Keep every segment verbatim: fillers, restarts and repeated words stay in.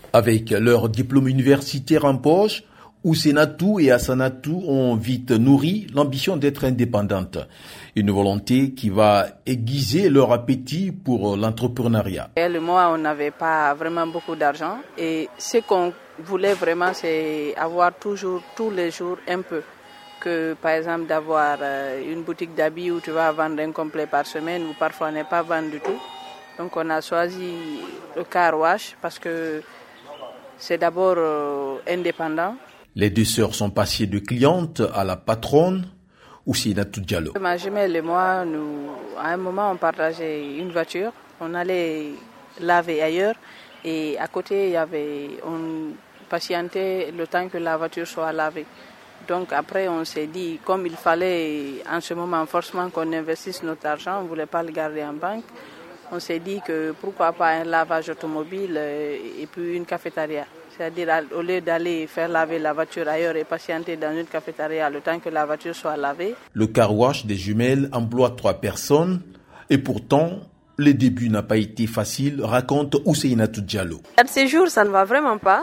Avec leur diplôme universitaire en poche, Ousenatou et Assanatou ont vite nourri l'ambition d'être indépendantes. Une volonté qui va aiguiser leur appétit pour l'entrepreneuriat. Elle et moi, on n'avait pas vraiment beaucoup d'argent et ce qu'on voulait vraiment, c'est avoir toujours, tous les jours un peu. Que par exemple d'avoir une boutique d'habits où tu vas vendre un complet par semaine ou parfois ne pas vendre du tout. Donc on a choisi le car wash parce que c'est d'abord euh, indépendant. Les deux sœurs sont passées de clientes à la patronne, Ousenatou Diallo. Ma jumelle et moi, nous, à un moment, on partageait une voiture. On allait laver ailleurs et à côté, il y avait, on patientait le temps que la voiture soit lavée. Donc après, on s'est dit, comme il fallait en ce moment forcément qu'on investisse notre argent, on ne voulait pas le garder en banque, on s'est dit que pourquoi pas un lavage automobile et puis une cafétéria. C'est-à-dire au lieu d'aller faire laver la voiture ailleurs et patienter dans une cafétéria le temps que la voiture soit lavée. Le car wash des jumelles emploie trois personnes et pourtant, le début n'a pas été facile, raconte Ousenatou Diallo. À ces jours, ça ne va vraiment pas.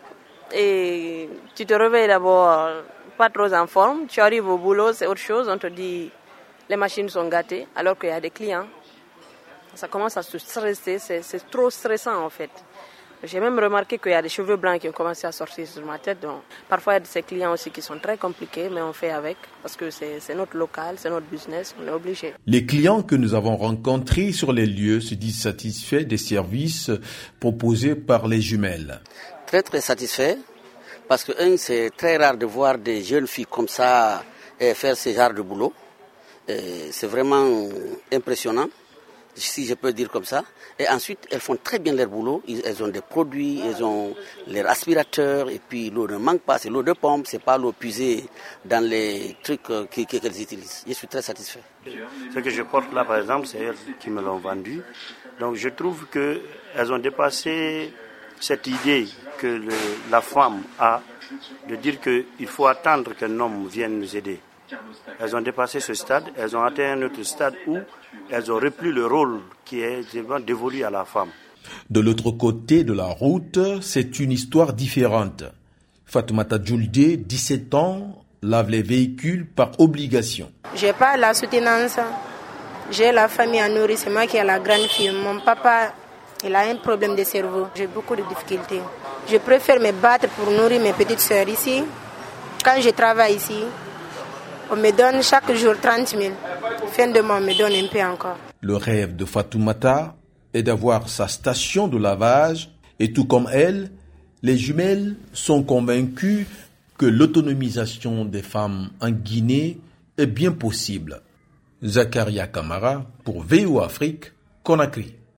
Et tu te réveilles d'abord pas trop en forme, tu arrives au boulot, c'est autre chose, on te dit les machines sont gâtées alors qu'il y a des clients. Ça commence à se stresser, c'est, c'est trop stressant en fait. J'ai même remarqué qu'il y a des cheveux blancs qui ont commencé à sortir sur ma tête. Donc, parfois, il y a de ces clients aussi qui sont très compliqués, mais on fait avec parce que c'est, c'est notre local, c'est notre business, on est obligé. Les clients que nous avons rencontrés sur les lieux se disent satisfaits des services proposés par les jumelles. Très très satisfait parce que un, c'est très rare de voir des jeunes filles comme ça faire ce genre de boulot. Et c'est vraiment impressionnant, si je peux dire comme ça. Et ensuite, elles font très bien leur boulot. Elles ont des produits, elles ont leurs aspirateurs, et puis l'eau ne manque pas. C'est l'eau de pompe, c'est pas l'eau puisée dans les trucs qu'elles utilisent. Je suis très satisfait. Ce que je porte là, par exemple, c'est elles qui me l'ont vendu. Donc je trouve qu'elles ont dépassé cette idée que le, la femme a de dire qu'il faut attendre qu'un homme vienne nous aider. Elles ont dépassé ce stade, elles ont atteint un autre stade où elles ont repris le rôle qui est dévolu à la femme. De l'autre côté de la route, c'est une histoire différente. Fatoumata Djouldé, dix-sept ans, lave les véhicules par obligation. Je n'ai pas la soutenance, j'ai la famille à nourrir, c'est moi qui ai la grande fille. Mon papa, il a un problème de cerveau, j'ai beaucoup de difficultés. Je préfère me battre pour nourrir mes petites sœurs ici. Quand je travaille ici, on me donne chaque jour trente mille. Fin de mois, on me donne un peu encore. Le rêve de Fatoumata est d'avoir sa station de lavage et tout comme elle, les jumelles sont convaincues que l'autonomisation des femmes en Guinée est bien possible. Zakaria Kamara pour V O Afrique, Conakry.